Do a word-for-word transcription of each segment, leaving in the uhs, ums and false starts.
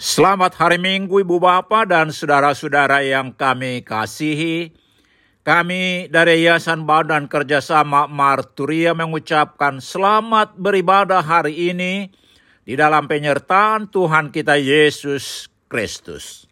Selamat hari Minggu Ibu Bapak dan saudara-saudara yang kami kasihi. Kami dari Yayasan Badan Kerjasama Marturia mengucapkan selamat beribadah hari ini di dalam penyertaan Tuhan kita Yesus Kristus.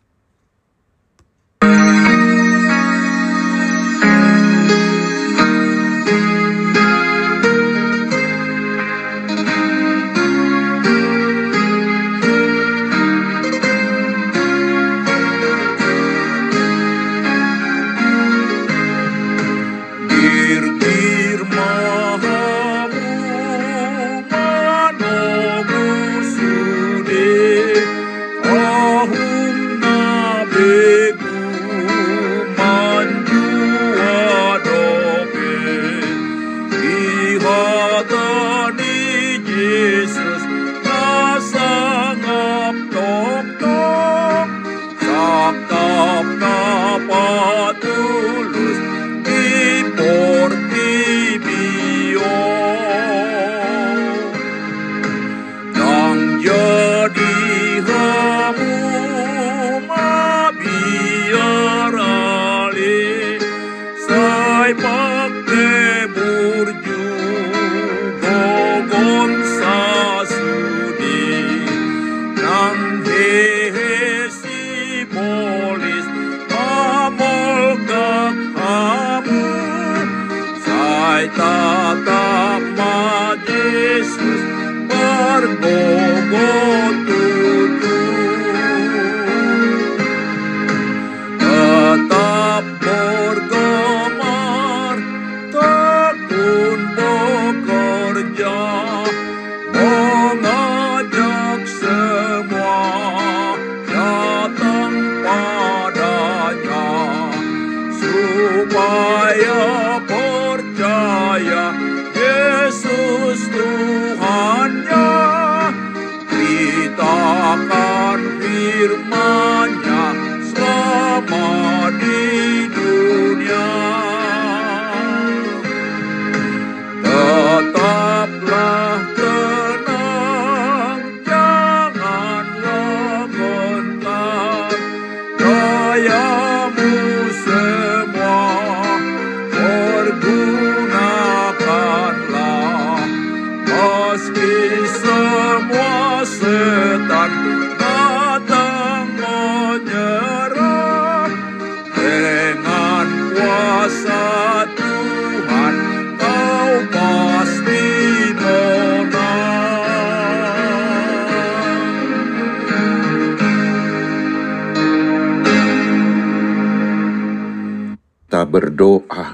Berdoa.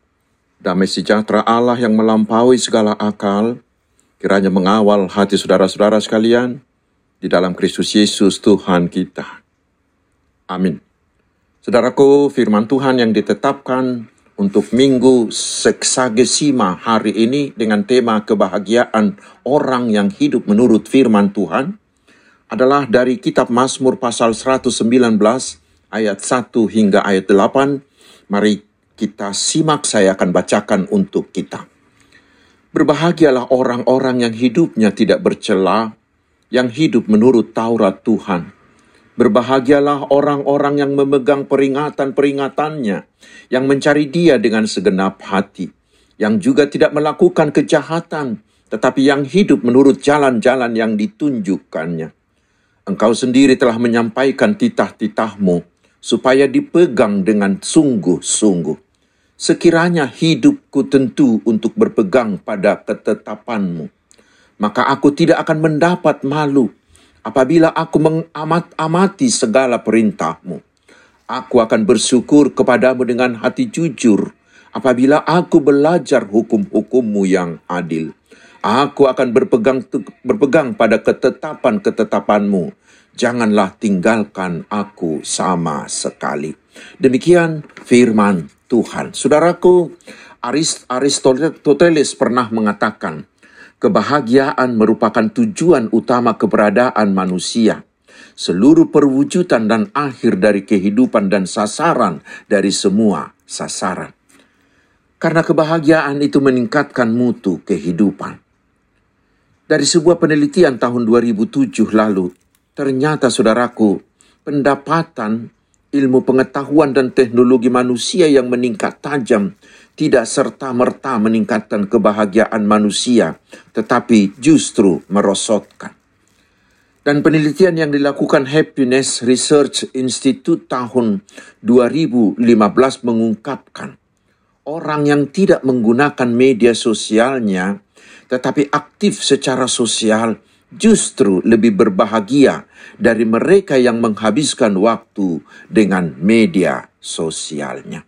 Damai sejahtera Allah yang melampaui segala akal, kiranya mengawal hati saudara-saudara sekalian di dalam Kristus Yesus Tuhan kita. Amin. Saudaraku, firman Tuhan yang ditetapkan untuk Minggu Seksagesima hari ini dengan tema kebahagiaan orang yang hidup menurut firman Tuhan adalah dari kitab Mazmur pasal seratus sembilan belas ayat satu hingga ayat delapan. Mari kita simak, saya akan bacakan untuk kita. Berbahagialah orang-orang yang hidupnya tidak bercela, yang hidup menurut Taurat Tuhan. Berbahagialah orang-orang yang memegang peringatan-peringatannya, yang mencari Dia dengan segenap hati, yang juga tidak melakukan kejahatan, tetapi yang hidup menurut jalan-jalan yang ditunjukkannya. Engkau sendiri telah menyampaikan titah-titahmu, supaya dipegang dengan sungguh-sungguh. Sekiranya hidupku tentu untuk berpegang pada ketetapanmu, maka aku tidak akan mendapat malu apabila aku mengamat-amati segala perintahmu. Aku akan bersyukur kepadamu dengan hati jujur apabila aku belajar hukum-hukummu yang adil. Aku akan berpegang berpegang pada ketetapan-ketetapanmu. Janganlah tinggalkan aku sama sekali. Demikian firman Tuhan. Saudaraku, Arist Aristoteles pernah mengatakan, kebahagiaan merupakan tujuan utama keberadaan manusia. Seluruh perwujudan dan akhir dari kehidupan dan sasaran dari semua sasaran. Karena kebahagiaan itu meningkatkan mutu kehidupan. Dari sebuah penelitian tahun dua ribu tujuh lalu, Ternyata saudaraku, pendapatan, ilmu pengetahuan dan teknologi manusia yang meningkat tajam tidak serta-merta meningkatkan kebahagiaan manusia, tetapi justru merosotkan. Dan penelitian yang dilakukan Happiness Research Institute tahun dua ribu lima belas mengungkapkan, orang yang tidak menggunakan media sosialnya, tetapi aktif secara sosial, justru lebih berbahagia dari mereka yang menghabiskan waktu dengan media sosialnya.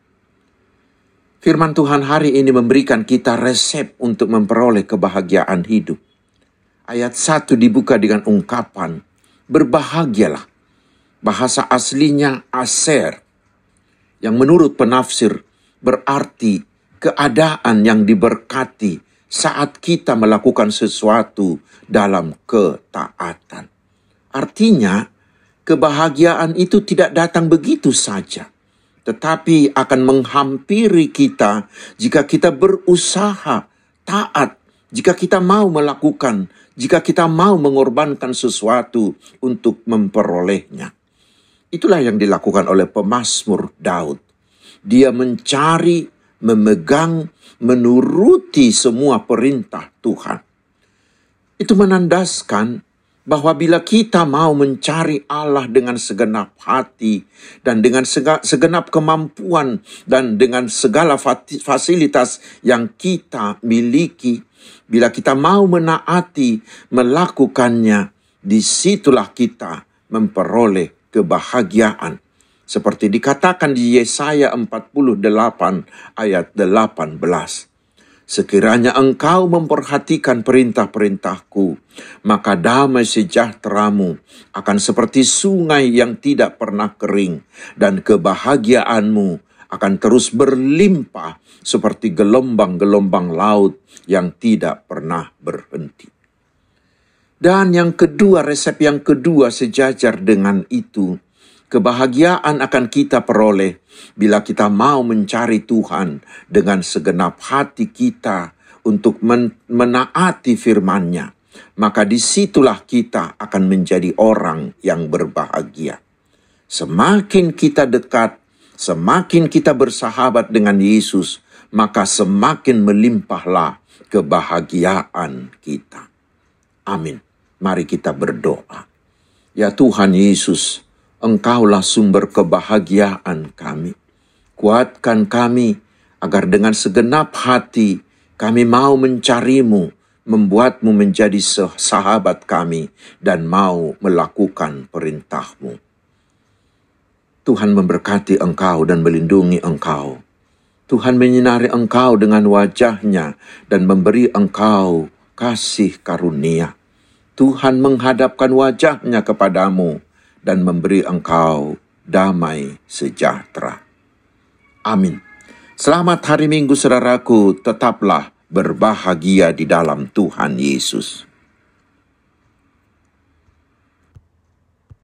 Firman Tuhan hari ini memberikan kita resep untuk memperoleh kebahagiaan hidup. Ayat satu dibuka dengan ungkapan, berbahagialah. Bahasa aslinya aser, yang menurut penafsir berarti keadaan yang diberkati saat kita melakukan sesuatu dalam ketaatan. Artinya, kebahagiaan itu tidak datang begitu saja, tetapi akan menghampiri kita jika kita berusaha taat, jika kita mau melakukan, jika kita mau mengorbankan sesuatu untuk memperolehnya. Itulah yang dilakukan oleh pemazmur Daud. Dia mencari, memegang, menuruti semua perintah Tuhan. Itu menandaskan bahwa bila kita mau mencari Allah dengan segenap hati dan dengan segenap kemampuan dan dengan segala fasilitas yang kita miliki, bila kita mau menaati, melakukannya, disitulah kita memperoleh kebahagiaan. Seperti dikatakan di Yesaya empat puluh delapan ayat delapan belas. Sekiranya engkau memperhatikan perintah-perintahku, maka damai sejahteramu akan seperti sungai yang tidak pernah kering, dan kebahagiaanmu akan terus berlimpah seperti gelombang-gelombang laut yang tidak pernah berhenti. Dan yang kedua, resep yang kedua sejajar dengan itu, kebahagiaan akan kita peroleh bila kita mau mencari Tuhan dengan segenap hati kita untuk men- menaati firman-Nya. Maka disitulah kita akan menjadi orang yang berbahagia. Semakin kita dekat, semakin kita bersahabat dengan Yesus, maka semakin melimpahlah kebahagiaan kita. Amin. Mari kita berdoa. Ya Tuhan Yesus, Engkaulah sumber kebahagiaan kami. Kuatkan kami agar dengan segenap hati kami mau mencari-Mu, membuat-Mu menjadi sahabat kami, dan mau melakukan perintah-Mu. Tuhan memberkati engkau dan melindungi engkau. Tuhan menyinari engkau dengan wajah-Nya dan memberi engkau kasih karunia. Tuhan menghadapkan wajah-Nya kepadamu dan memberi engkau damai sejahtera. Amin. Selamat hari Minggu saudaraku, tetaplah berbahagia di dalam Tuhan Yesus.